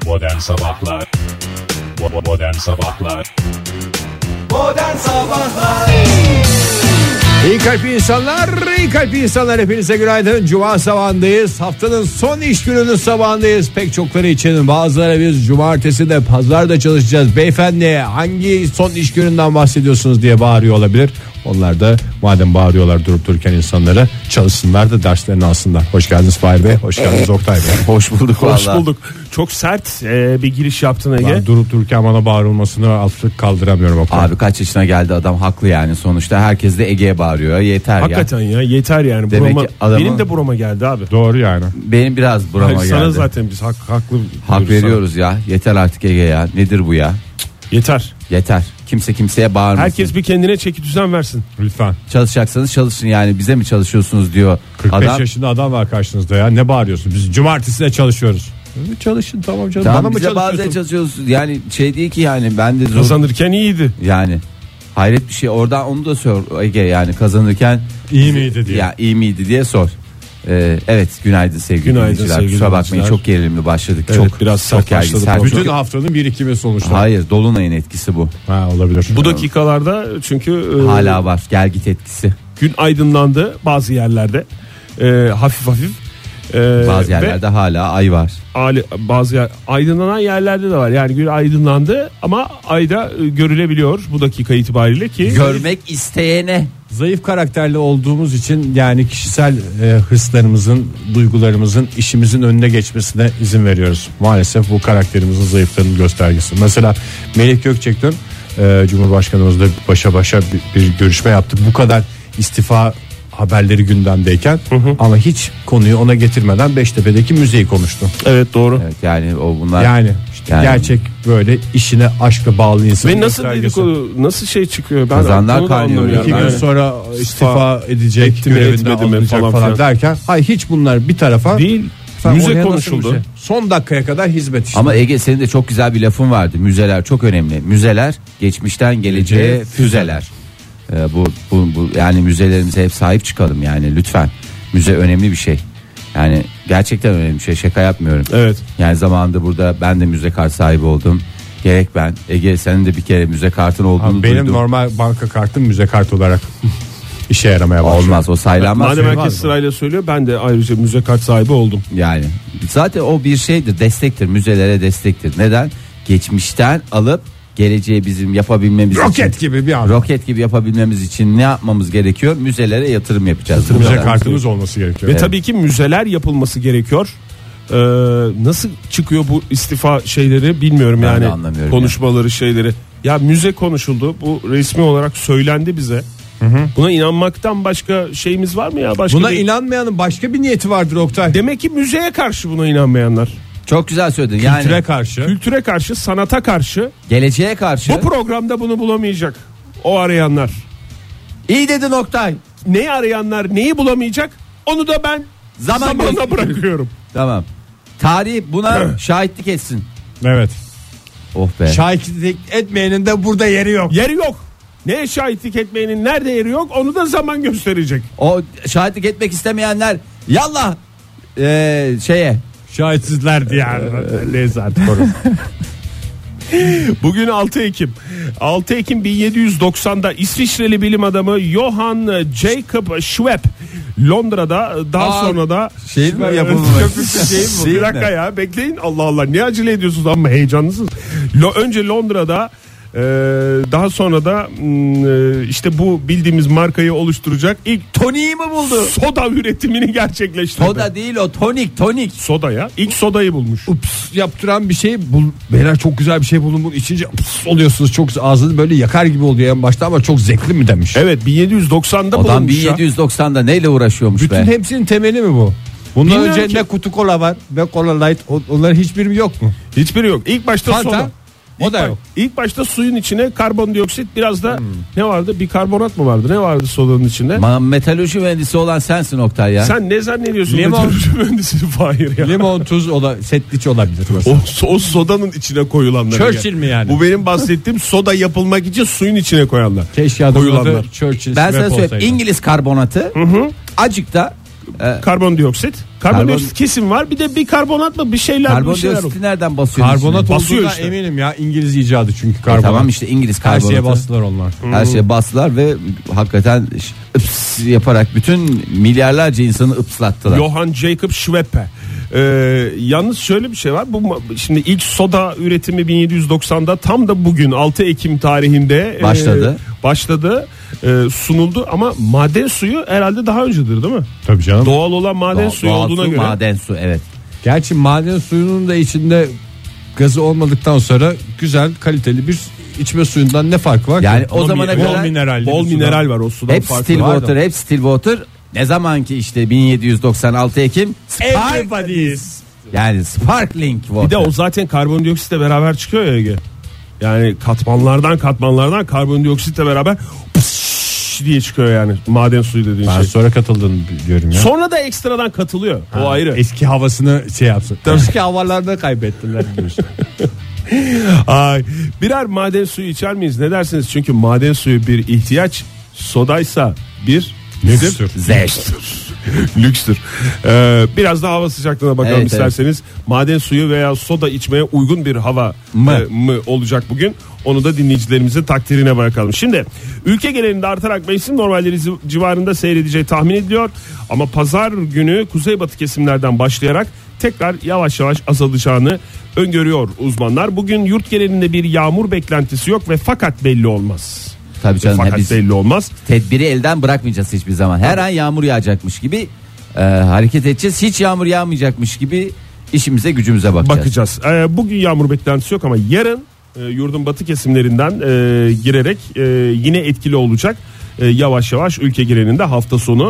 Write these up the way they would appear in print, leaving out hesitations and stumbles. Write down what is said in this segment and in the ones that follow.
Modern Sabahlar. Modern Sabahlar. Modern Sabahlar. İyi kalpli insanlar hepinize günaydın. Cuma sabahındayız. Haftanın son iş gününün sabahındayız. Pek çokları için, bazıları biz cumartesi de pazarda çalışacağız. Beyefendi, hangi son iş gününden bahsediyorsunuz diye bağırıyor olabilir. Onlar da madem bağırıyorlar durup dururken insanlara, çalışsınlar da derslerini alsınlar. Hoş geldiniz Fahir Bey. Hoş geldiniz Oktay Bey. Hoş bulduk. Hoş bulduk. Çok sert bir giriş yaptın Ege. Ben durup dururken bana bağırılmasını artık kaldıramıyorum Oktay. Abi kaç yaşına geldi adam, haklı yani, sonuçta herkes de Ege'ye bağırıyor, yeter Hakikaten ya yeter yani. Demek Burama, ki adamı- benim de burama geldi abi. Doğru yani. Benim biraz burama Hayır, geldi. sana zaten biz haklı Hak veriyoruz ya, yeter artık Ege ya, nedir bu ya, Yeter. yeter, kimse kimseye bağırmasın. Herkes bir kendine çeki düzen versin. Lütfen. Çalışacaksanız çalışın, yani bize mi çalışıyorsunuz diyor 45 adam. yaşında adam var karşınızda ya. Ne bağırıyorsun? Biz cumartesi de çalışıyoruz. Çalışın tamam canım. Tamam, Bana mı bize bazen çalışıyorsun? çalışıyorsunuz yani, şey değil ki yani, ben de zor Kazanırken iyiydi. yani, hayret bir şey. Oradan onu da sor Ege, yani kazanırken İyi miydi diye. ya iyi miydi diye sor. Evet, günaydın sevgili Günaydın dinleyiciler. sevgili Kusura bakmayın, dinleyiciler. çok gerilimli başladık. Evet, çok biraz sert çok gergin, başladı sert. program. Bütün haftanın birikimi sonuçta. Hayır, dolunayın etkisi bu. Ha, olabilir. Bu dakikalarda çünkü Hala var, gel git etkisi. gün aydınlandı bazı yerlerde. Hafif hafif. Bazı yerlerde hala ay var. Aydınlanan yerlerde de var. Yani gün aydınlandı ama ayda görülebiliyor bu dakika itibariyle ki. Görmek isteyene. Zayıf karakterli olduğumuz için yani kişisel hırslarımızın, duygularımızın işimizin önüne geçmesine izin veriyoruz. Maalesef bu karakterimizin zayıflığının göstergesi. Mesela Melih Gökçek'ten Cumhurbaşkanımızla başa bir görüşme yaptık. Bu kadar istifa haberleri gündemdeyken ama hiç konuyu ona getirmeden Beştepe'deki müzeyi konuştu. Evet, doğru. Evet, yani o bunlar. Yani işte Yani- gerçek böyle işine aşkla bağlı insan. Ve nasıl dedikodu, nasıl şey çıkıyor? Ben Kazanlar onu da kaynıyor anlamıyorum. 2 gün Yani. sonra istifa edecek, etti mi, görevinden etmedi mi alınacak falan falan filan. derken hayır, hiç bunlar bir tarafa Değil. Sen Müze oraya nasıl konuşuldu. müze? Son dakikaya kadar hizmet işte. Ama Ege, senin de çok güzel bir lafın vardı. Müzeler çok önemli. Müzeler geçmişten geleceğe füzeler. Bu yani müzelerimize hep sahip çıkalım yani, lütfen. Müze önemli bir şey. Yani gerçekten önemli bir şey. Şaka yapmıyorum. Evet. Yani zamanında burada ben de müze kart sahibi oldum. Gerek ben. Ege, senin de bir kere müze kartın olduğunu Abi benim duydum. normal banka kartım müze kartı olarak işe yaramaya başlıyor. Olmaz, o saylanmaz. Madem Sayılmaz herkes mı? sırayla söylüyor, ben de ayrıca müze kart sahibi oldum. Yani zaten o bir şeydir, destektir, müzelere destektir. Neden? Geçmişten alıp geleceğe bizim yapabilmemiz Roket için, gibi bir anda. roket gibi yapabilmemiz için ne yapmamız gerekiyor? Müzelere yatırım yapacağız. Müze Burada. kartımız olması gerekiyor. Ve tabii ki müzeler yapılması gerekiyor. Nasıl çıkıyor bu istifa şeyleri bilmiyorum Ben de yani, anlamıyorum konuşmaları şeyleri. Ya müze konuşuldu, bu resmi olarak söylendi bize. Buna inanmaktan başka şeyimiz var mı ya? Başka Buna bir- inanmayanın başka bir niyeti vardır Oktay. Demek ki müzeye karşı buna inanmayanlar. Çok güzel söyledin. Yani Kültüre karşı. Kültüre karşı, sanata karşı. geleceğe karşı. Bu programda bunu bulamayacak. O arayanlar. İyi dedin Oktay. Neyi arayanlar neyi bulamayacak? Onu da ben Zaman zamana göster- bırakıyorum. Tamam. Tarih buna şahitlik etsin. Evet. Oh be. Şahitlik etmeyenin de burada yeri yok. Yeri yok. Neye şahitlik etmeyenin nerede yeri yok, onu da zaman gösterecek. O şahitlik etmek istemeyenler yallah şeye. Şahitsizler diyar. Neyse artık orası. Bugün 6 Ekim. 6 Ekim 1790'da İsviçreli bilim adamı Johann Jacob Schwepp Londra'da, daha sonra da Şey mi yapılmış? şey bu. Bir dakika ya, bekleyin, Allah Allah, ne acele ediyorsunuz ama heyecanlısınız. Önce Londra'da, daha sonra da işte bu bildiğimiz markayı oluşturacak ilk Toniği mi buldu? soda üretimini gerçekleştirdi. Soda değil o, tonik. Soda ya. İlk sodayı bulmuş. Ups yaptıran bir şey bul. Beyler çok güzel bir şey bulun. Bunu içince ups oluyorsunuz. Çok ağzını böyle yakar gibi oluyor en başta ama çok zevkli mi demiş. Evet, 1790'da Adam bulunmuş ya. 1790'da neyle uğraşıyormuş Bütün be? hepsinin temeli mi bu? Bundan Bilmiyorum önce ki. ne kutu kola var ve kola light, onların hiçbiri yok mu? Hiçbiri yok. İlk başta Fanta, soda. o da yok. İlk başta suyun içine karbondioksit, biraz da ne vardı? Bikarbonat mı vardı? Ne vardı sodanın içinde? Metalurji mühendisi olan sensin Oktay ya. Sen ne zannediyorsun? Limon. Meteoroloji mühendisi Fahir ya. Limon, tuz, setliç olabilir mesela. O sodanın içine koyulanlar. Churchill mi yani? Bu benim bahsettiğim soda yapılmak için suyun içine koyanlar. Keşke adamın adı Koyulanlar. Churchill Ben sana Schwepp söyleyeyim, olsaydı. İngiliz karbonatı acık da Karbondioksit. Karbondioksit kesin var. Bir de bikarbonat mı bir şeyler. Karbondioksiti nereden basıyor? Karbonat Basıyor olduğuna işte. eminim ya. İngiliz icadı çünkü karbonat. Tamam işte İngiliz Her karbonatı. şeye bastılar onlar. Her şeye bastılar ve hakikaten ıps yaparak bütün milyarlarca insanı ıpslattılar. Johann Jacob Schweppe. Yalnız şöyle bir şey var. Şimdi ilk soda üretimi 1790'da tam da bugün 6 Ekim tarihinde başladı. Sunuldu ama maden suyu herhalde daha öncedir değil mi? Tabii canım. Doğal olan maden suyu Doğal olduğuna su, göre. maden su evet. Gerçi maden suyunun da içinde gazı olmadıktan sonra güzel kaliteli bir içme suyundan ne farkı var? Yani ki? o zamana bol kadar mineralli Bol bir sudan. mineral var o sudan hep farkı still var. water, hep still water. Ne zaman ki işte 1796 Ekim Everybody's. yani sparkling water. Bir de o zaten karbondioksitle beraber çıkıyor ya Ege. Yani katmanlardan karbondioksitle beraber pıs diye çıkıyor yani maden suyu dediğin Ben şey. sonra katıldığını biliyorum ya. Sonra da ekstradan katılıyor. O ayrı. Eski havasını şey yapsın. Eski havalarda kaybettiler diyorsun. Ay, birer maden suyu içer miyiz? Ne dersiniz? Çünkü maden suyu bir ihtiyaç, sodaysa bir Lükstür. Zevk. lükstür. Biraz da hava sıcaklığına bakalım Evet, isterseniz. Maden suyu veya soda içmeye uygun bir hava mı olacak bugün? Onu da dinleyicilerimizin takdirine bırakalım. Şimdi ülke genelinde artarak mevsim normalleri civarında seyredeceği tahmin ediliyor. Ama pazar günü kuzeybatı kesimlerden başlayarak tekrar yavaş yavaş azalacağını öngörüyor uzmanlar. Bugün yurt genelinde bir yağmur beklentisi yok ve fakat belli olmaz. Tabii canım, Fakat biz belli olmaz. tedbiri elden bırakmayacağız hiçbir zaman. Her an yağmur yağacakmış gibi hareket edeceğiz. Hiç yağmur yağmayacakmış gibi işimize gücümüze bakacağız. Bugün yağmur beklentisi yok ama yarın yurdun batı kesimlerinden girerek yine etkili olacak. Yavaş yavaş ülke genelinde hafta sonu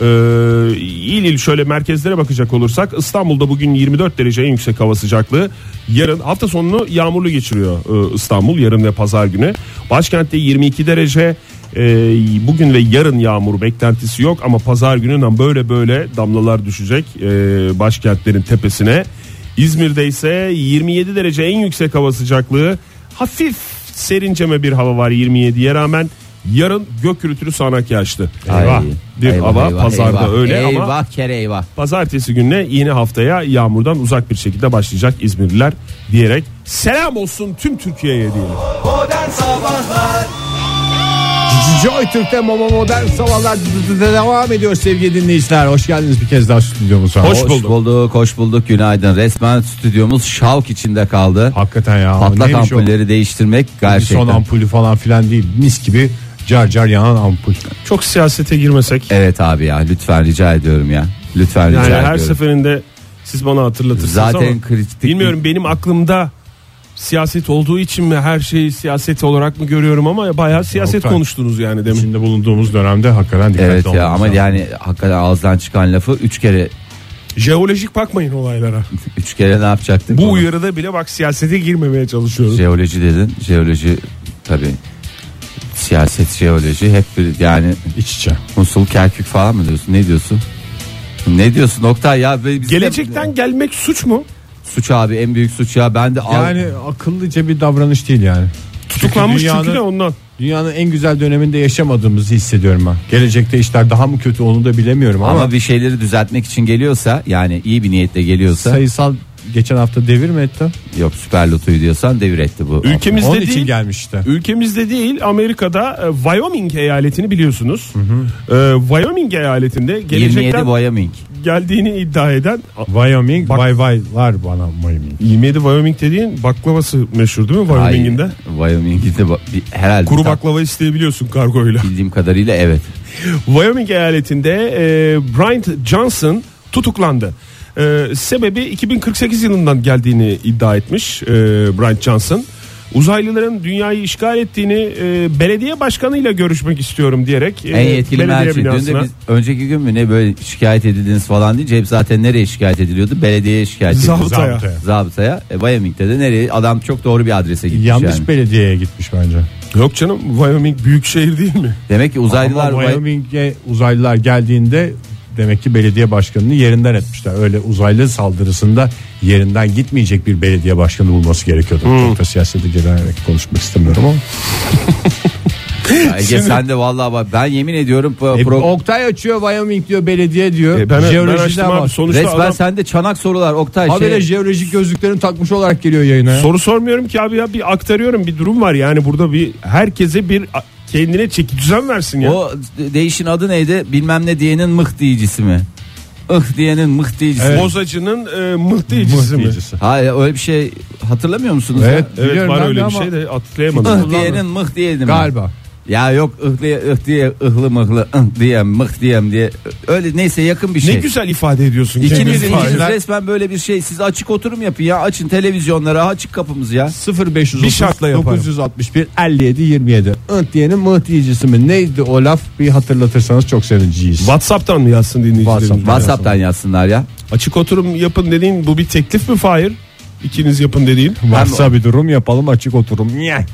il şöyle merkezlere bakacak olursak İstanbul'da bugün 24 derece en yüksek hava sıcaklığı. Yarın hafta sonunu yağmurlu geçiriyor İstanbul, yarın ve pazar günü. Başkentte 22 derece. Bugün ve yarın yağmur beklentisi yok ama pazar gününden böyle damlalar düşecek başkentlerin tepesine. İzmir'de ise 27 derece en yüksek hava sıcaklığı. Hafif serinceme bir hava var 27'ye rağmen. Yarın gök gürültülü sağanak yağışlı. Pazarda öyle ama eyvah kere eyvah. pazartesi gününe yeni haftaya yağmurdan uzak bir şekilde başlayacak İzmirliler diyerek selam olsun tüm Türkiye'ye diyelim. Modern Sabahlar Joy Türk'te modern sabahlar devam ediyor sevgili dinleyiciler. Hoş geldiniz bir kez daha stüdyomuza. Hoş bulduk. Günaydın. Resmen stüdyomuz şavk içinde kaldı. Hakikaten ya. Patlak Neymiş ampulleri değiştirmek gerçekten. Son ampulü falan filan değil. Mis gibi car yanan ampul. Çok siyasete girmesek. Evet abi ya, lütfen rica ediyorum ya. Lütfen rica Yani ediyorum. her seferinde siz bana hatırlatırsınız Zaten ama kritik bilmiyorum benim aklımda siyaset olduğu için mi her şeyi siyaset olarak mı görüyorum ama bayağı siyaset Yok, konuştunuz yani demin. İçinde bulunduğumuz dönemde hakikaten dikkatli Evet ya, olmamız ama lazım. yani hakikaten ağızdan çıkan lafı 3 kere Jeolojik bakmayın olaylara. 3 kere ne yapacaktık? Bu onu? uyarıda bile bak siyasete girmemeye çalışıyoruz. Jeoloji dedin. Jeoloji tabii. Siyaset, jeoloji hep bir yani İç içe. Musul, Kerkük falan mı diyorsun? Ne diyorsun? Ne diyorsun Oktay ya? Gelecekten gelmek suç mu? Suç abi, en büyük suç ya. Ben de Yani akıllıca bir davranış değil yani. Tutuklanmış Çünkü çünkü de ondan. Dünyanın en güzel döneminde yaşamadığımızı hissediyorum ben. Gelecekte işler daha mı kötü onu da bilemiyorum ama bir şeyleri düzeltmek için geliyorsa, yani iyi bir niyetle geliyorsa, sayısal geçen hafta devir mi etti? yok süper lotoyu diyorsan devir etti bu. Ülkemizde Onun değil. için gelmiş işte. Ülkemizde değil, Amerika'da Wyoming eyaletini biliyorsunuz. Wyoming eyaletinde 27 gelecekten Wyoming. geldiğini iddia eden Wyoming, vay bana Wyoming. 27 Wyoming dediğin baklavası meşhur değil mi Wyoming'in de? Wyoming'de herhalde Kuru baklava isteyebiliyorsun kargoyla. bildiğim kadarıyla evet. Wyoming eyaletinde Brian Johnson tutuklandı. Sebebi 2048 yılından geldiğini iddia etmiş Brian Johnson. Uzaylıların dünyayı işgal ettiğini belediye başkanıyla görüşmek istiyorum diyerek En yetkili belediye merci. Dün de binasına biz önceki gün mü ne böyle şikayet edildiniz falan deyince hep zaten nereye şikayet ediliyordu? Belediyeye şikayet ediliyordu. Zabıtaya. Zabıtaya. Wyoming'de de nereye? Adam çok doğru bir adrese gitmiş Yanlış yani. belediyeye gitmiş bence. Yok canım, Wyoming büyük şehir değil mi? Demek ki uzaylılar Ama Wyoming'e uzaylılar geldiğinde demek ki belediye başkanını yerinden etmişler. Öyle uzaylı saldırısında yerinden gitmeyecek bir belediye başkanı bulması gerekiyordu. Çok da siyasete girerek konuşmak istemiyorum ama. Ya Ege sen de vallahi bak ben yemin ediyorum Oktay açıyor Wyoming diyor belediye diyor. Ben Jeolojiden açtım abi. var. Sonuçta resmen adam, sende çanak sorular Oktay. Habire jeolojik gözlüklerini takmış olarak geliyor yayına. Ya. soru sormuyorum ki abi ya, bir aktarıyorum, bir durum var yani burada, bir herkese bir kendine çeki düzen versin ya. O değişin adı neydi? Bilmem ne diyenin mıh diyicisi mi? Diyenin mıh diyicisi. Evet. Bozacının mıhtiyicisi mi? Hayır öyle bir şey hatırlamıyor musunuz? Evet. ya? Evet, Biliyorum var ben öyle de bir ama- şey de hatırlayamadım. Diyenin mıh diyelim. Galiba. Ya yok diye ıhlı mıhlı diyem mıh diyem diye öyle neyse yakın bir şey. Ne güzel ifade ediyorsun. İkiniz kendini. resmen böyle bir şey. Siz açık oturum yapın ya. Açın televizyonları, açık kapımızı ya. 0530 Bir şartla yaparım. 961 57 27. Diyenin mıhtiyicisi mi? Neydi o laf? Bir hatırlatırsanız çok sevineceğiz. WhatsApp'tan mı yazsın dinleyicilerimiz? WhatsApp'tan yazsınlar ya. Açık oturum yapın dediğin bu bir teklif mi Fahir? İkiniz yapın dediğin. Varsa bir durum yapalım açık oturum.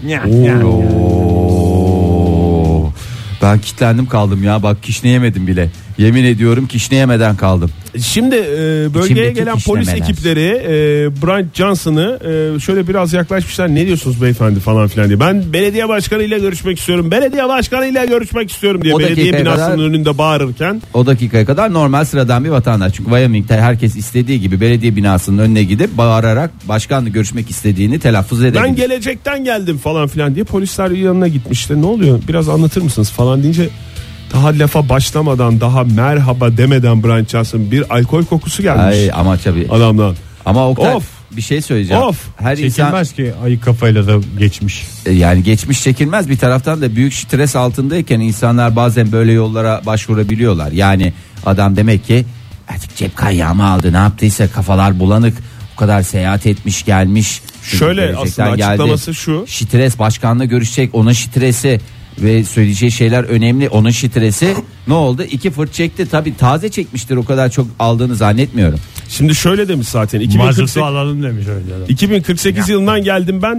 Ben kilitlendim kaldım ya. Bak kişneyemedim bile. Yemin ediyorum kişneyemeden kaldım. Şimdi bölgeye İçimdeki gelen polis kişnemeler. ekipleri Bryant Johnson'ı şöyle biraz yaklaşmışlar. Ne diyorsunuz beyefendi falan filan diye. Ben belediye başkanıyla görüşmek istiyorum. Belediye başkanıyla görüşmek istiyorum diye O belediye dakikaya binasının kadar- önünde bağırırken. O dakikaya kadar normal sıradan bir vatandaş. Çünkü Wyoming'de herkes istediği gibi belediye binasının önüne gidip bağırarak başkanla görüşmek istediğini telaffuz edebilir. Ben gelecekten geldim falan filan diye polisler yanına gitmişti. Ne oluyor? Biraz anlatır mısınız falan deyince daha lafa başlamadan, daha merhaba demeden Bryant Johnson bir alkol kokusu gelmiş Ay ama tabii. adamdan. Ama Oktay Of. bir şey söyleyeceğim. Of. Her insan Çekilmez ki ayık kafayla da geçmiş. yani geçmiş çekilmez, bir taraftan da büyük stres altındayken insanlar bazen böyle yollara başvurabiliyorlar. Yani adam demek ki artık cep kayağımı aldı, ne yaptıysa kafalar bulanık, o kadar seyahat etmiş gelmiş. Çünkü Şöyle gelecekten aslında açıklaması şu. Stres, başkanla görüşecek, onun stresi ve söyleyeceği şeyler önemli, onun stresi. Ne oldu? 2 fırt çekti, tabii taze çekmiştir, o kadar çok aldığını zannetmiyorum. Şimdi şöyle demiş zaten. Mazotu alalım demiş öyle. 2048 yılından geldim ben.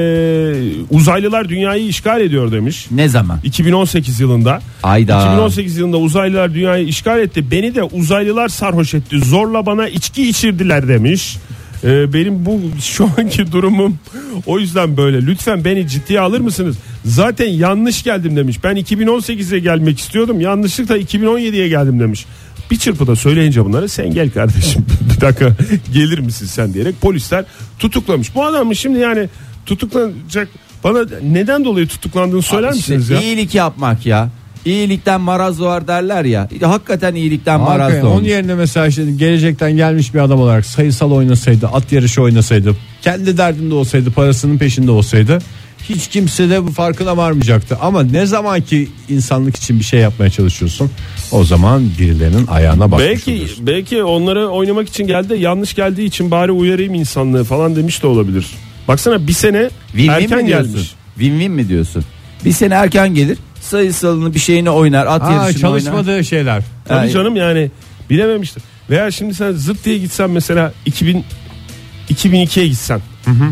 Uzaylılar dünyayı işgal ediyor demiş. Ne zaman? 2018 yılında. Ayda. 2018 yılında uzaylılar dünyayı işgal etti. Beni de uzaylılar sarhoş etti. Zorla bana içki içirdiler demiş. Benim bu şu anki durumum o yüzden böyle. Lütfen beni ciddiye alır mısınız? Zaten yanlış geldim demiş. Ben 2018'e gelmek istiyordum. Yanlışlıkla 2017'ye geldim demiş. Bir çırpıda söyleyince bunları sen gel kardeşim bir dakika gelir misin sen diyerek polisler tutuklamış. Bu adamın şimdi yani tutuklanacak, bana neden dolayı tutuklandığını söyler İşte misiniz ya? İyilik yapmak ya. İyilikten maraz doğar derler ya. Hakikaten iyilikten maraz Hakikaten, doğmuş. onun yerine mesela işte gelecekten gelmiş bir adam olarak sayısal oynasaydı, at yarışı oynasaydı, kendi derdinde olsaydı, parasının peşinde olsaydı hiç kimse de bu farkına varmayacaktı. Ama ne zaman ki insanlık için bir şey yapmaya çalışıyorsun, o zaman birilerinin ayağına bakmış oluyorsun. Belki onları oynamak için geldi, yanlış geldiği için bari uyarayım insanlığı falan demiş de olabilir. Baksana bir sene Win-win erken mi diyorsun? gelmiş. Win-win mi diyorsun? Bir sene erken gelir, sayısalını bir şeyini oynar, at yarışını oynar. Çalışmadığı şeyler. Tabii Ay. canım yani bilememiştir. Veya şimdi sen zıt diye gitsen mesela 2002'ye gitsen.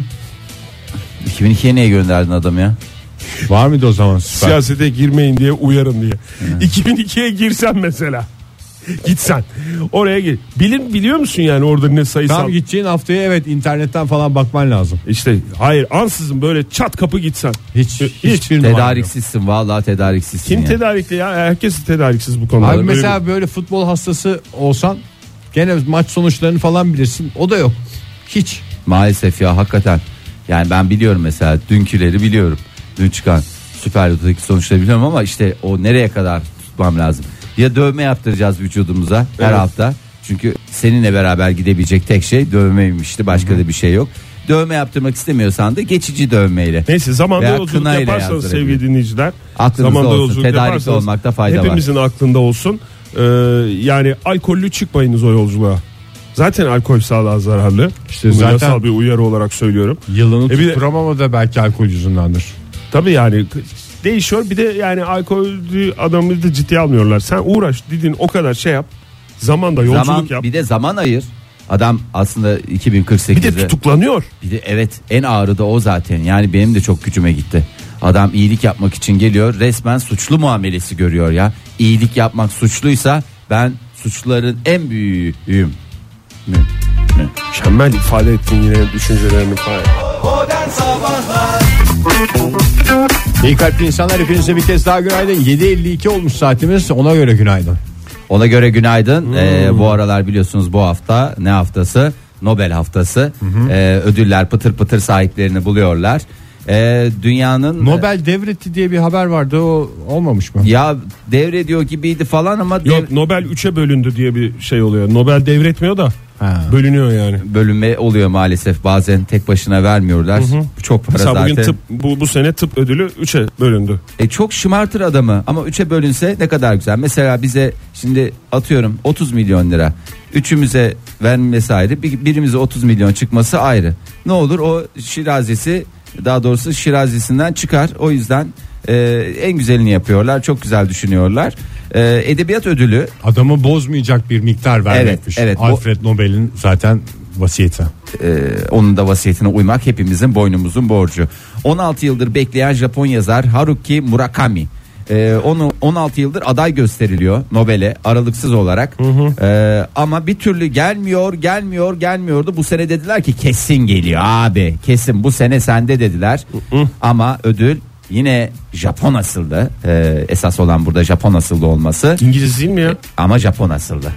2002'ye niye gönderdin adamı ya? Var mıydı o zaman? Süper. Siyasete girmeyin diye uyarın diye. 2002'ye girsen mesela. Gitsen oraya gir. Biliyor musun yani orada ne sayısal? Tam gideceğin haftaya evet internetten falan bakman lazım. İşte hayır ansızın böyle çat kapı gitsen. Hiçbir numara yok. Tedariksizsin, vallahi tedariksizsin. Kim ya. tedarikli ya? Herkes tedariksiz bu konuda. Abi Böyle mesela böyle futbol hastası olsan gene maç sonuçlarını falan bilirsin. O da yok. Hiç. Maalesef ya, hakikaten. Yani ben biliyorum mesela, dünküleri biliyorum. Dün çıkan Süper Lig'deki sonuçları biliyorum ama işte o nereye kadar tutmam lazım. Ya dövme yaptıracağız vücudumuza her Evet. hafta. Çünkü seninle beraber gidebilecek tek şey dövmeymişti. Başka da bir şey yok. Dövme yaptırmak istemiyorsan da geçici dövmeyle. Neyse zamanda Veya yolculuk kınayla yaparsanız yazdırabilir. sevgili dinleyiciler. Aklınızda zamanda olsun, yolculuk tedarikli yaparsanız olmakta fayda var. hepimizin aklında olsun. Yani alkollü çıkmayınız o yolculuğa. Zaten alkol sağlığa zararlı. İşte Bunu zaten- yasal bir uyarı olarak söylüyorum. Yılını bir de- tutturamama da belki alkol yüzündendir. Tabii yani değişiyor. Bir de yani alkollü adamı da ciddiye almıyorlar. Sen uğraş dedin o kadar şey yap. Zamanda yolculuk Zaman, yap. bir de zaman ayır. Adam aslında Bir 2048'de de tutuklanıyor. Bir de evet, en ağırı da o zaten. Yani benim de çok gücüme gitti. Adam iyilik yapmak için geliyor, resmen suçlu muamelesi görüyor ya. İyilik yapmak suçluysa ben suçluların en büyüğüyüm. Mükemmel ifade ettin yine düşüncelerini falan. Modern Sabahlar İyi kalpli insanlar, hepinize bir kez daha günaydın. 7.52 olmuş saatimiz, ona göre günaydın. Ona göre günaydın. Bu aralar biliyorsunuz bu hafta ne haftası? Nobel haftası. Ödüller pıtır pıtır sahiplerini buluyorlar. Dünyanın Nobel devretti diye bir haber vardı, o olmamış mı? ya devrediyor gibiydi falan ama Yok, Nobel 3'e bölündü diye bir şey oluyor. Nobel devretmiyor da bölünüyor yani. bölünme oluyor maalesef, bazen tek başına vermiyorlar. Çok para Mesela zaten. bugün tıp, bu sene tıp ödülü 3'e bölündü. Çok şımartır adamı ama 3'e bölünse ne kadar güzel. Mesela bize şimdi atıyorum 30 milyon lira. Üçümüze vermesi ayrı, birimize 30 milyon çıkması ayrı. Ne olur o şirazesi, daha doğrusu şirazesinden çıkar. O yüzden en güzelini yapıyorlar. Çok güzel düşünüyorlar. Edebiyat ödülü. Adamı bozmayacak bir miktar vermekmiş. Evet, Alfred Nobel'in zaten vasiyeti. Onun da vasiyetine uymak hepimizin boynumuzun borcu. 16 yıldır bekleyen Japon yazar Haruki Murakami. 16 yıldır aday gösteriliyor Nobel'e aralıksız olarak. Ama bir türlü gelmiyordu. Bu sene dediler ki kesin geliyor abi, kesin bu sene sende dediler. Ama ödül yine Japon asıllı. Esas olan burada Japon asıllı olması. İngiliz değil mi ya? Ama Japon asıllı.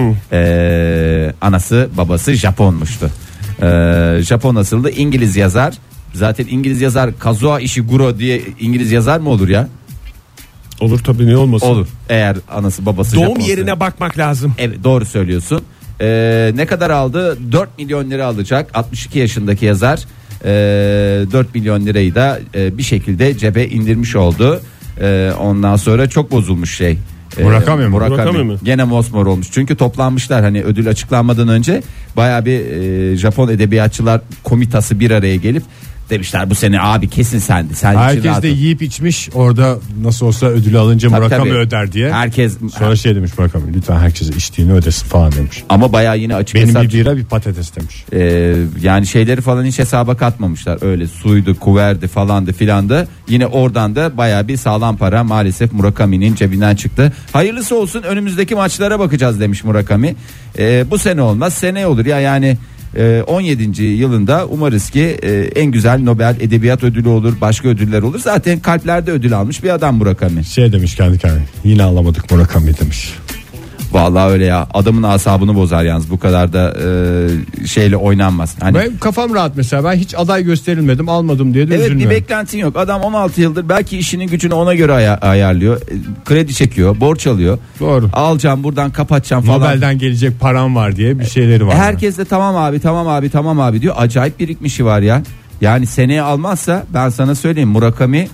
Anası babası Japonmuştu. Japon asıllı İngiliz yazar. Zaten İngiliz yazar Kazuo Ishiguro diye İngiliz yazar mı olur ya? Olur tabii, niye olmasın? Olur. Eğer anası babası Doğum Japonsa. yerine bakmak lazım. Evet, doğru söylüyorsun. Ne kadar aldı? 4 milyon lira alacak 62 yaşındaki yazar. 4 milyon lirayı da bir şekilde cebe indirmiş oldu. Ondan sonra çok bozulmuş şey. Murakami mi? Gene mosmor olmuş. Çünkü toplanmışlar, hani ödül açıklanmadan önce bayağı bir Japon edebiyatçılar komitası bir araya gelip demişler bu sene abi kesin sendi. Sen Herkes de yiyip içmiş orada, nasıl olsa ödülü alınca Murakami öder diye. Herkes Sonra şey demiş Murakami, lütfen herkese içtiğini ödesin falan demiş. ama bayağı yine açık Benim hesap. bir bira bir patates demiş. Yani şeyleri falan hiç hesaba katmamışlar. Öyle suydu, kuverdi falandı filandı. Yine oradan da bayağı bir sağlam para maalesef Murakami'nin cebinden çıktı. Hayırlısı olsun, önümüzdeki maçlara bakacağız demiş Murakami. Bu sene olmaz, seneye olur ya, yani 17. yılında umarız ki en güzel Nobel Edebiyat Ödülü olur, başka ödüller olur. Zaten kalplerde ödül almış bir adam Murakami. Şey demiş kendi kendine, yine alamadık Murakami demiş. Vallahi öyle ya, adamın asabını bozar yalnız, bu kadar da şeyle oynanmaz. Hani Benim kafam rahat mesela, ben hiç aday gösterilmedim, almadım diye de evet, üzülmüyorum. bir beklentin yok. Adam 16 yıldır belki işinin gücünü ona göre ayarlıyor. Kredi çekiyor, borç alıyor. Doğru. Alacağım buradan, kapatacağım falan. Nobel'den gelecek param var diye bir şeyleri var. Herkes de tamam abi diyor. Acayip birikmişi var ya. Yani seneye almazsa ben sana söyleyeyim, Murakami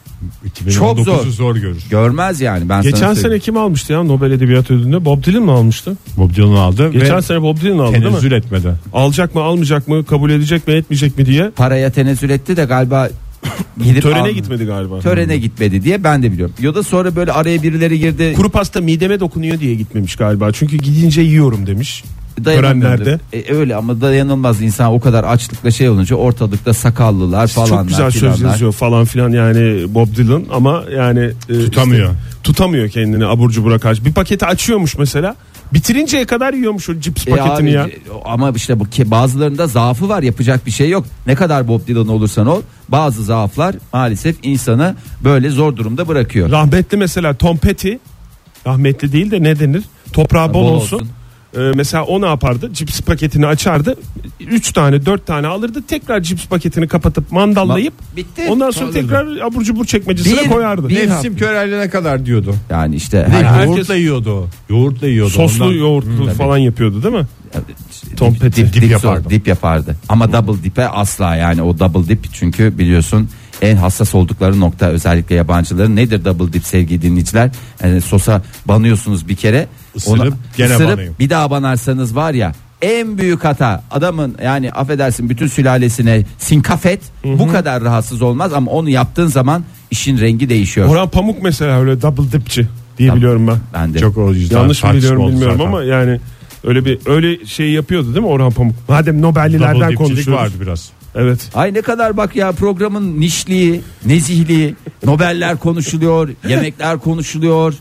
çok zor görür. görmez yani. Ben Geçen sana sene kim almıştı ya Nobel Edebiyat Ödülü'nde? Bob Dylan mı almıştı? Bob Dylan aldı Geçen ve sene Bob Dylan aldı değil mi? tenezzül etmedi. Alacak mı almayacak mı, kabul edecek mi etmeyecek mi diye. paraya tenezzül etti de galiba gidip Törene gitmedi galiba. Törene gitmedi diye ben de biliyorum. Ya da sonra böyle araya birileri girdi. Kuru pasta mideme dokunuyor diye gitmemiş galiba. Çünkü gidince yiyorum demiş. Dayanamıyordu. Törenlerde. Öyle ama dayanılmaz, insan o kadar açlıkla şey olunca ortalıkta sakallılar falan. Çok güzel söz yazıyor falan filan yani Bob Dylan, ama yani Tutamıyor. tutamıyor kendini, abur cubura karşı. Bir paketi açıyormuş mesela. Bitirinceye kadar yiyormuş o cips paketini ya. Ama işte bu bazılarında zaafı var, yapacak bir şey yok. Ne kadar Bob Dylan olursan ol, bazı zaaflar maalesef insanı böyle zor durumda bırakıyor. Rahmetli mesela Tom Petty, rahmetli değil de ne denir? Toprağı bol olsun. Mesela o ne yapardı? Cips paketini açardı. 3 tane 4 tane alırdı. Tekrar cips paketini kapatıp mandallayıp bitti. ondan sonra Alırdı. tekrar abur cubur çekmecesine koyardı. Nefsim körelene kadar diyordu. Yani işte Yoğurtla yiyordu. Yoğurtla yiyordu. Soslu Ondan... yoğurtlu falan yapıyordu değil mi? Tom Petty. dip yapardı. Ama double dip'e asla, yani o double dip, çünkü biliyorsun en hassas oldukları nokta, özellikle yabancıların. Nedir double dip sevgili dinleyiciler? Yani sosa banıyorsunuz bir kere, Isırıp gene banayım. bir daha banarsanız var ya, en büyük hata. Adamın yani affedersin bütün sülalesine sinkafet, bu kadar rahatsız olmaz, ama onu yaptığın zaman işin rengi değişiyor. Orhan Pamuk mesela öyle double dipçi diye biliyorum ben. Ben de. Çok o yüzden Yanlış mı tartışma biliyorum oldu bilmiyorum zaten. ama yani öyle şey yapıyordu değil mi Orhan Pamuk? Madem Nobel'lilerden Double dipçilik konuşuyoruz. vardı biraz. Evet. Ay ne kadar bak ya, programın nişliği, nezihliği, Nobeller konuşuluyor, yemekler konuşuluyor.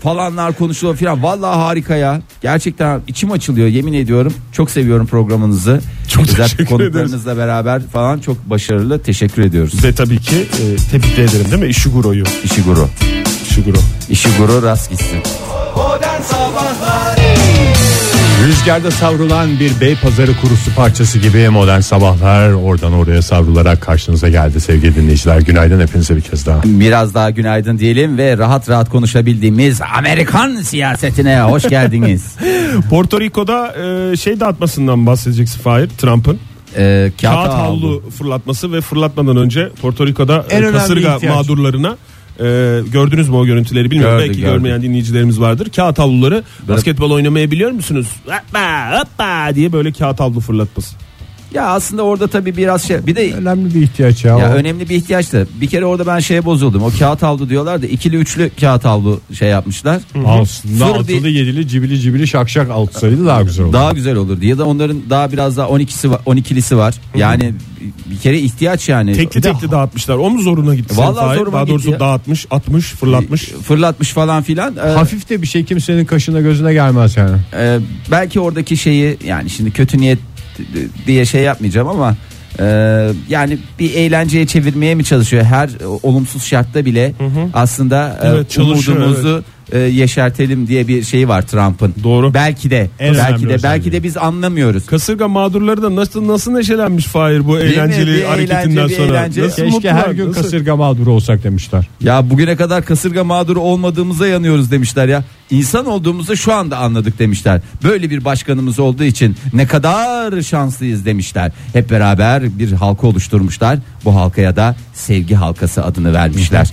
falanlar konuşuyor filan. Vallahi harika ya. Gerçekten içim açılıyor, yemin ediyorum. Çok seviyorum programınızı. Çok Güzel teşekkür konuklarınızla beraber falan çok başarılı. Teşekkür ediyoruz. Ve tabii ki tebrik ederim değil mi? Ishiguro'yu. Ishiguro rast gitsin. Modern Sabahlar. Rüzgarda savrulan bir Beypazarı kurusu parçası gibi modern sabahlar oradan oraya savrularak karşınıza geldi sevgili dinleyiciler. Günaydın hepinize bir kez daha. Biraz daha günaydın diyelim ve rahat rahat konuşabildiğimiz Amerikan siyasetine hoş geldiniz. Porto Rico'da şey dağıtmasından bahsedeceksin Fahir, Trump'ın. Kağıt havlu fırlatması ve fırlatmadan önce Porto Rico'da kasırga mağdurlarına gördünüz mü o görüntüleri bilmiyorum. Belki görmeyen dinleyicilerimiz vardır. Kağıt havluları basketbol oynamayı biliyor musunuz? Hoppa hoppa diye böyle kağıt havlu fırlatması. Ya aslında orada tabii biraz şey, bir de önemli bir ihtiyaç ya. Önemli bir ihtiyaç da bir kere orada ben şeye bozuldum. O kağıt havlu diyorlar da ikili üçlü kağıt havlu şey yapmışlar. Aslında altılı yedili cibili cibili şakşak altsaydı daha güzel olur. Daha güzel olurdu ya da onların daha biraz daha 12'lisi var. Yani bir kere ihtiyaç yani. Tekli dağıtmışlar. O mu zoruna gitti? Vallahi zoruma daha doğrusu gitti ya. Dağıtmış, atmış, fırlatmış falan filan. Hafif de bir şey kimsenin kaşına gözüne gelmez yani. Belki oradaki şeyi yani şimdi kötü niyet diye şey yapmayacağım ama yani bir eğlenceye çevirmeye mi çalışıyor her olumsuz şartta bile aslında umudumuzu yeşertelim diye bir şey var Trump'ın. Doğru. Belki de biz anlamıyoruz. Kasırga mağdurları da nasıl neşelenmiş Fahir bu eğlenceli hareketinden sonra. Keşke her gün kasırga mağduru olsak demişler. Ya bugüne kadar kasırga mağduru olmadığımıza yanıyoruz demişler ya. İnsan olduğumuzu şu anda anladık demişler. Böyle bir başkanımız olduğu için ne kadar şanslıyız demişler. Hep beraber bir halka oluşturmuşlar. Bu halkaya da sevgi halkası adını vermişler.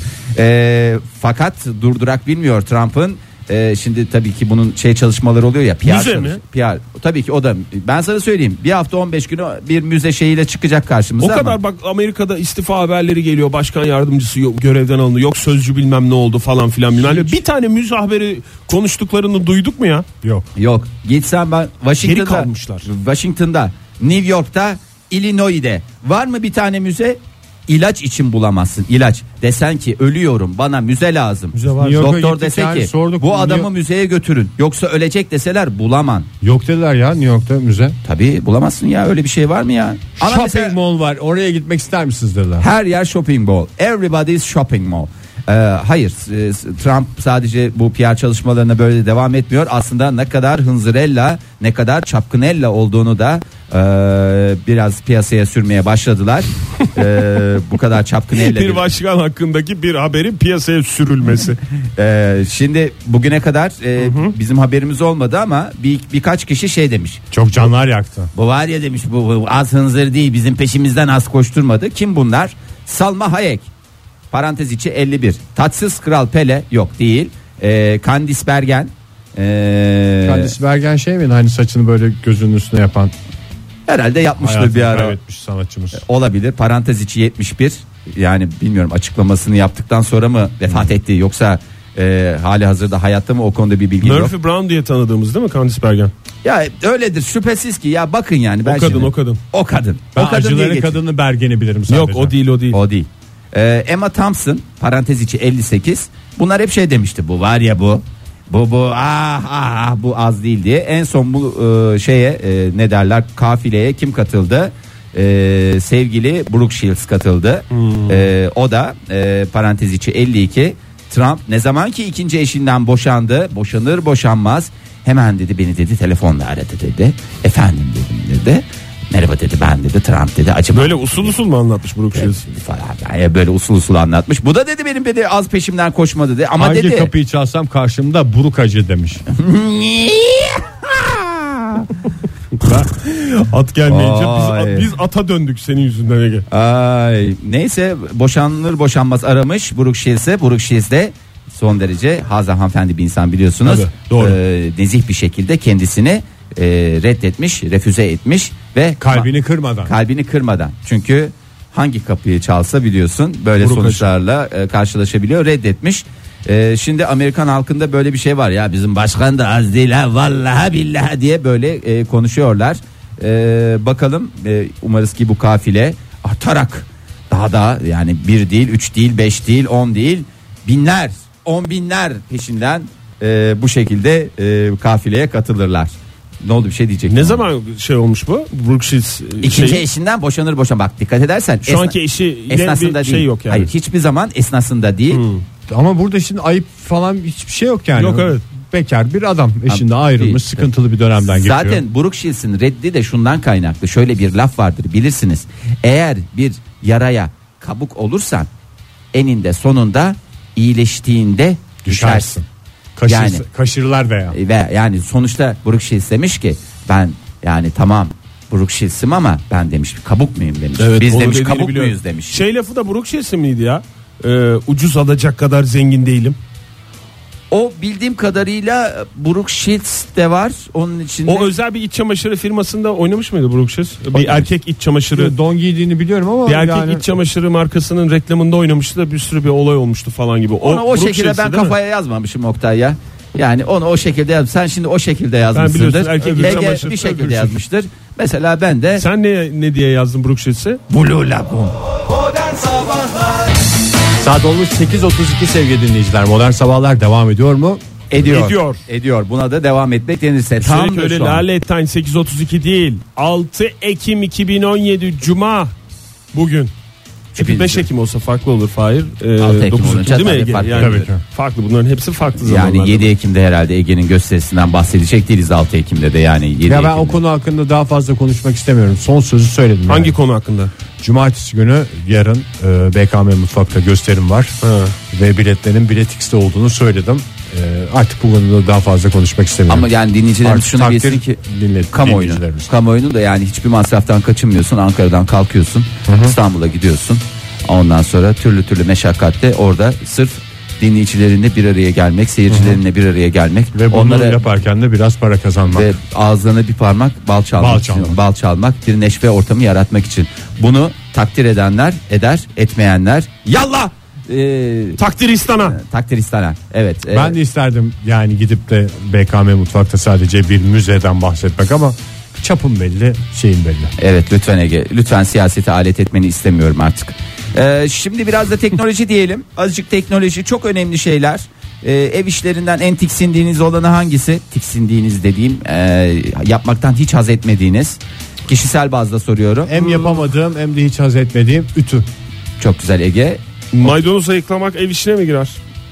Fakat durdurak bilmiyor Trump'ın. Şimdi tabii ki bunun çalışmaları oluyor ya. Müze mi? PR. Tabii ki o da. Ben sana söyleyeyim. Bir hafta 15 günü bir müze şeyiyle çıkacak karşımıza. O kadar bak Amerika'da istifa haberleri geliyor. Başkan yardımcısı görevden alındı. Yok sözcü bilmem ne oldu falan filan. Bir tane müze haberi konuştuklarını duyduk mu ya? Yok. Gitsen ben Washington'da, New York'ta, Illinois'de var mı bir tane müze? İlaç için bulamazsın. İlaç desen ki ölüyorum bana müze lazım. Doktor dese ki bu adamı müzeye götürün yoksa ölecek deseler bulaman. Yok dediler ya New York'ta müze. Tabii bulamazsın ya, öyle bir şey var mı ya? Shopping mall var, oraya gitmek ister misiniz dediler. Her yer shopping mall. Everybody's shopping mall. Hayır, Trump sadece bu PR çalışmalarına böyle devam etmiyor. Aslında ne kadar hınzırella, ne kadar çapkınella olduğunu da biraz piyasaya sürmeye başladılar. Bu kadar çapkınella. Bir başkan hakkındaki bir haberin piyasaya sürülmesi. Şimdi bugüne kadar bizim haberimiz olmadı ama birkaç kişi şey demiş. Çok canlar yaktı. Bu var ya demiş, bu az hınzır değil, bizim peşimizden az koşturmadı. Kim bunlar? Salma Hayek. Parantez içi 51. Tatsız Kral Pele yok değil. Candice Bergen. Candice Bergen şey mi? Hani saçını böyle gözünün üstüne yapan. Herhalde yapmıştır bir ara. Kaybetmiş sanatçımız. Olabilir. Parantez içi 71. Yani bilmiyorum açıklamasını yaptıktan sonra mı vefat etti yoksa hali hazırda hayatta mı, o konuda bir bilgim yok. Murphy Brown diye tanıdığımız değil mi Candice Bergen? Ya öyledir şüphesiz ki ya, bakın yani. O kadın. Ben acıların kadını Bergen'i bilirim sadece. Yok o değil. Emma Thompson parantez içi 58. Bunlar hep şey demişti, bu var ya bu bu az değil diye. En son bu ne derler, kafileye kim katıldı? Sevgili Brooke Shields katıldı. O da parantez içi 52. Trump ne zaman ki ikinci eşinden boşanır boşanmaz hemen dedi beni dedi telefonla aradı dedi. Efendim dedim dedi. Merhaba dedi, ben dedi Trump dedi. Acaba böyle usul mu anlatmış Brooke Shields? Falan. Böyle usul anlatmış. Bu da dedi benim dedi az peşimden koşmadı dedi. Ama hangi dedi, kapıyı çalsam karşımda buruk acı demiş. At gelmeyince biz ata döndük senin yüzünden Ege. Ay, neyse boşanır boşanmaz aramış Brooke Shields'e. Brooke Shields de son derece hanımefendi bir insan biliyorsunuz. Tabii, doğru. Nezih bir şekilde kendisini reddetmiş, refüze etmiş ve kalbini kırmadan. Çünkü hangi kapıyı çalsa biliyorsun böyle Brooke sonuçlarla karşılaşabiliyor, reddetmiş. Şimdi Amerikan halkında böyle bir şey var ya, bizim başkan da az değil ha vallahi billahi diye böyle konuşuyorlar. Bakalım umarız ki bu kafile artarak daha da yani 1 değil 3 değil 5 değil 10 değil binler 10 binler peşinden bu şekilde kafileye katılırlar. Ne oldu, bir şey diyecektim. Ne zaman şey olmuş bu? Brooke Shields İkinci eşinden boşanır. Bak dikkat edersen. Şu anki eşi esnasında bir değil. şey yok yani. Hayır, hiçbir zaman esnasında değil. Ama burada şimdi ayıp falan hiçbir şey yok yani. Yok, evet. Bekar bir adam eşinden ayrılmış, değil. sıkıntılı bir dönemden geçiyor. Zaten Brooke Shields'in reddi de şundan kaynaklı. Şöyle bir laf vardır, bilirsiniz. Eğer bir yaraya kabuk olursan eninde sonunda iyileştiğinde düşersin. Kaşırlar veya. Ve yani sonuçta Brooke Shields demiş ki ben yani tamam Brooke Shields'im ama ben demiş kabuk muyum demiş. Evet, biz onu demiş dediğini kabuk biliyorum. muyuz demiş. Şey lafı da Brooke Shields'in miydi ya? Ucuz alacak kadar zengin değilim. O bildiğim kadarıyla Brooke Shields de var. Onun içinde. O özel bir iç çamaşırı firmasında oynamış mıydı Brooke Shields? Bir erkek iç çamaşırı. Don giydiğini biliyorum ama. Bir erkek iç çamaşırı markasının reklamında oynamıştı da bir sürü bir olay olmuştu falan gibi. Onu o şekilde ben kafaya yazmamışım Oktay ya. Yani onu o şekilde yaz. Sen şimdi o şekilde yazmışsındır. Ege bir şekilde yazmıştır. Mesela ben de. Sen ne diye yazdın Brooke Shields'e? Blue Lagoon. Modern Sabahlar. Saat olmuş 8.32 sevgili dinleyiciler. Modern Sabahlar devam ediyor mu? Ediyor. Buna da devam etmek denirse. Tam da öyle Lale Time 8.32 değil. 6 Ekim 2017 Cuma bugün. Çünkü 5 Ekim olsa farklı olur Fahir. 6 Ekim 9 olunca değil mi tabii Ege? farklı. Yani Tabii ki. farklı, bunların hepsi farklı zamanlarda. Yani 7 Ekim'de herhalde Ege'nin gösterisinden bahsedecek değiliz, 6 Ekim'de de yani 7 Ya ben Ekim'de. o konu hakkında daha fazla konuşmak istemiyorum. Son sözü söyledim. Hangi yani. konu hakkında? Cumartesi günü yarın BKM Mutfak'ta gösterim var. Ve biletlerin Bilet X'te olduğunu söyledim. Artık bu konuda daha fazla konuşmak istemiyorum. Ama yani dinleyicilerimiz Artık şunu bilsin ki kamuoyunu da yani hiçbir masraftan kaçınmıyorsun. Ankara'dan kalkıyorsun, İstanbul'a gidiyorsun. Ondan sonra türlü meşakkatle orada sırf dinleyicilerinle bir araya gelmek, seyircilerinle bir araya gelmek ve bunu yaparken de biraz para kazanmak ve ağızlarına bir parmak bal çalmak, bir neşve ortamı yaratmak için. Bunu takdir edenler eder, etmeyenler yallah takdir istana. Evet. Ben de isterdim yani gidip de BKM Mutfak'ta sadece bir müzeden bahsetmek ama çapım belli, şeyim belli. Evet, lütfen Ege, lütfen siyasete alet etmeni istemiyorum artık. Şimdi biraz da teknoloji diyelim. Azıcık teknoloji, çok önemli şeyler. Ev işlerinden en tiksindiğiniz olanı hangisi? Tiksindiğiniz dediğim yapmaktan hiç haz etmediğiniz. Kişisel bazda soruyorum. Hem yapamadığım hem de hiç haz etmediğim ütü. Çok güzel Ege. Maydanoz ayıklamak ev işine mi girer?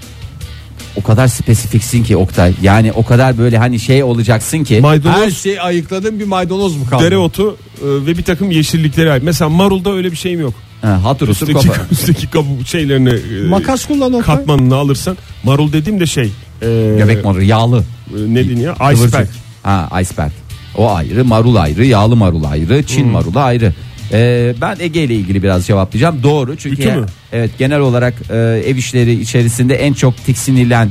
O kadar spesifiksin ki Oktay. Yani o kadar böyle hani şey olacaksın ki. Her şeyi ayıkladım, bir maydanoz mu kaldı? Dereotu ve bir takım yeşillikleri. Mesela marulda öyle bir şeyim yok. Hatır usur üstteki şeylerini makas kullan, katmanını alırsan. Marul dediğim de şey göbek marulu, yağlı. Ne deniyor? Iceberg. Iceberg. O ayrı, marul ayrı, yağlı marul ayrı, Çin marulu ayrı. Ben Ege ile ilgili biraz cevaplayacağım. Doğru, çünkü evet, genel olarak ev işleri içerisinde en çok tiksinilen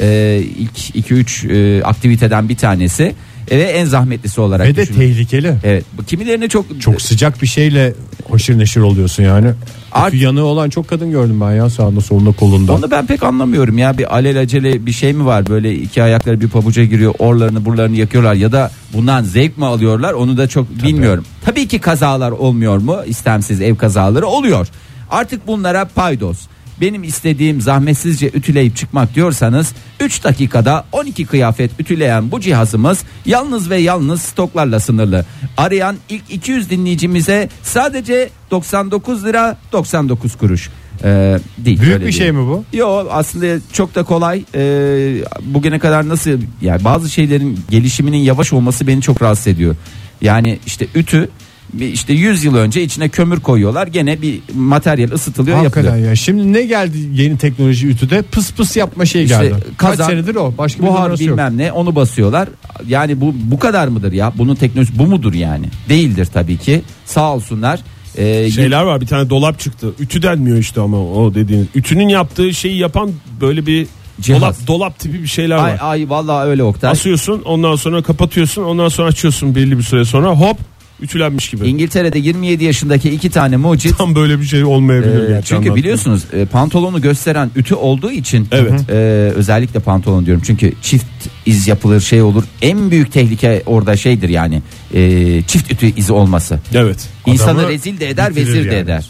ilk 2-3 aktiviteden bir tanesi ve en zahmetlisi olarak ve de tehlikeli. Evet, kimilerine çok sıcak bir şeyle hoşir neşir oluyorsun yani. Yanığı olan çok kadın gördüm ben ya, sağında solunda kolunda. Onu ben pek anlamıyorum ya, bir alelacele bir şey mi var, böyle iki ayakları bir pabuca giriyor, orlarını buralarını yakıyorlar ya da bundan zevk mi alıyorlar, onu da çok bilmiyorum. Tabii ki kazalar olmuyor mu, istemsiz ev kazaları oluyor. Artık bunlara paydos. Benim istediğim zahmetsizce ütüleyip çıkmak diyorsanız 3 dakikada 12 kıyafet ütüleyen bu cihazımız yalnız ve yalnız stoklarla sınırlı. Arayan ilk 200 dinleyicimize sadece 99 lira 99 kuruş. Değil, büyük bir şey mi bu? Yok, aslında çok da kolay. Bugüne kadar nasıl, yani bazı şeylerin gelişiminin yavaş olması beni çok rahatsız ediyor. Yani işte ütü, işte 100 yıl önce içine kömür koyuyorlar, gene bir materyal ısıtılıyor, hakikaten yapılıyor. Ya. Şimdi ne geldi yeni teknoloji ütüde? Pıs pıs yapma şey işte geldi. Kaç senedir o? Başka buhar bilmem ne, onu basıyorlar. Yani bu kadar mıdır ya? Bunun teknolojisi bu mudur yani? Değildir tabii ki. Sağ olsunlar. Şeyler var, bir tane dolap çıktı. Ütü denmiyor işte ama o dediğiniz. Ütünün yaptığı şeyi yapan böyle bir dolap tipi bir şeyler var. Ay vallahi öyle Oktay. Asıyorsun, ondan sonra kapatıyorsun, ondan sonra açıyorsun, belli bir süre sonra hop ütülenmiş gibi. İngiltere'de 27 yaşındaki 2 tane mucit. Tam böyle bir şey olmayabilir. Çünkü biliyorsunuz pantolonu gösteren ütü olduğu için. Evet. Özellikle pantolon diyorum. Çünkü çift iz yapılır, şey olur. En büyük tehlike orada şeydir yani. Çift ütü izi olması. Evet. İnsanı rezil de eder, vezir de eder.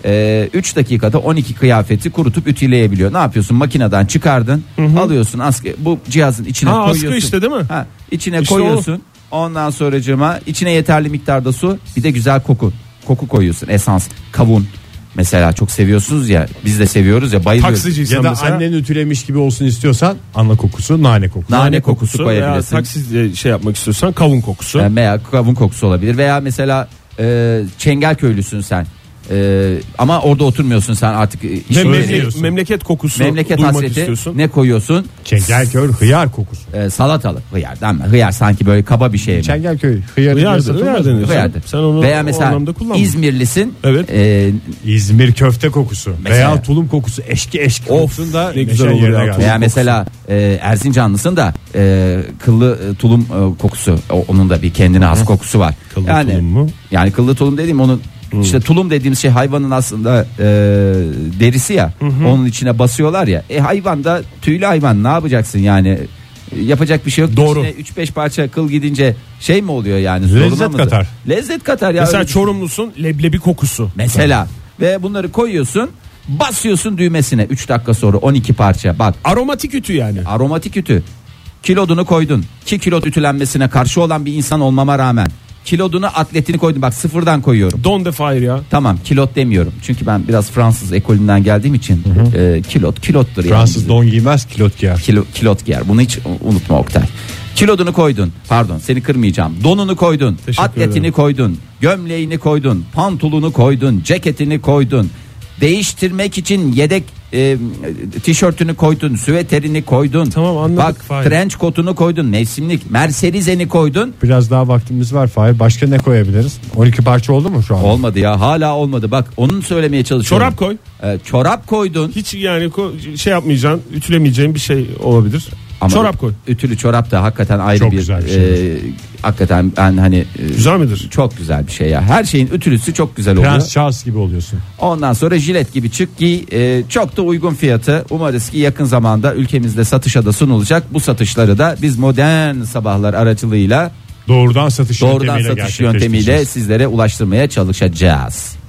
3 dakikada 12 kıyafeti kurutup ütüleyebiliyor. Ne yapıyorsun? Makineden çıkardın, alıyorsun askı, bu cihazın içine koyuyorsun. Askı işte değil mi? İçine İşte koyuyorsun. Ondan sonracığıma içine yeterli miktarda su, bir de güzel koku koyuyorsun. Esans, kavun. Mesela çok seviyorsunuz ya, biz de seviyoruz ya, bayılıyoruz. Taksiciysen Ya da mesela, annen ütülemiş gibi olsun istiyorsan ana kokusu, nane kokusu. Nane kokusu veya koyabilirsin. taksi şey yapmak istiyorsan kavun kokusu. Veya kavun kokusu olabilir. Veya mesela Çengelköylüsün sen. Ama orada oturmuyorsun sen artık. Memleket kokusu Memleket duymak hasreti, istiyorsun. ne koyuyorsun? Çengelköy hıyar kokusu. Salatalık hıyar değil mi? Hıyar sanki böyle kaba bir şey mi? Çengelköy hıyarı Hıyar denir. Hıyardır. Sen onu veya o mesela anlamda kullanma. İzmirlisin. Evet. İzmir köfte kokusu Mesela. veya tulum kokusu, eşki kokusunda ne güzel olur ya. Veya mesela Erzincanlısın da kıllı tulum kokusu. Onun da bir kendine has kokusu var. Kıllı tulum mu? Yani kıllı tulum dediğim onun işte tulum dediğimiz şey hayvanın aslında derisi ya. Onun içine basıyorlar ya. Hayvan da tüylü hayvan, ne yapacaksın yani? Yapacak bir şey yok. Doğru. İçine 3-5 parça kıl gidince şey mi oluyor yani? Lezzet katar. Lezzet katar ya. Mesela öyle. Çorumlusun, leblebi kokusu. Mesela ve bunları koyuyorsun, basıyorsun düğmesine, 3 dakika sonra 12 parça. Bak, Aromatik ütü yani. aromatik ütü. Kilodunu koydun. 2 kilot ütülenmesine karşı olan bir insan olmama rağmen kilodunu, atletini koydun. Bak, sıfırdan koyuyorum. Don de fire ya. Tamam, kilot demiyorum. Çünkü ben biraz Fransız ekolünden geldiğim için kilottur. Fransız yani. don giymez, kilot giyer. Kilot giyer. Bunu hiç unutma Oktay. Kilodunu koydun. Pardon, seni kırmayacağım. Donunu koydun. Teşekkür Atletini ederim. koydun. Gömleğini koydun. Pantolonu koydun. Ceketini koydun. Değiştirmek için yedek tişörtünü koydun. Süveterini koydun. Tamam, anladık. Bak, Fahir. trench kotunu koydun. Mevsimlik Mercedes'ini koydun. Biraz daha vaktimiz var Fahir. Başka ne koyabiliriz? 12 parça oldu mu şu an? Olmadı ya, hala olmadı. Bak, onu söylemeye çalışıyorum. Çorap koy. Çorap koydun. Hiç yani şey yapmayacaksın, ütülemeyeceğin bir şey olabilir. Ama çorap koy. Ütülü çorap da hakikaten ayrı Çok bir güzel bir şey. hakikaten ben hani Güzel midir? çok güzel bir şey ya. Her şeyin ütülüsü çok güzel oluyor. Prens Charles gibi oluyorsun. Ondan sonra jilet gibi çık giy. Çok da uygun fiyatı. Umarız ki yakın zamanda ülkemizde satışa da sunulacak. Bu satışları da biz Modern Sabahlar aracılığıyla Doğrudan satış yöntemiyle sizlere ulaştırmaya çalışacağız.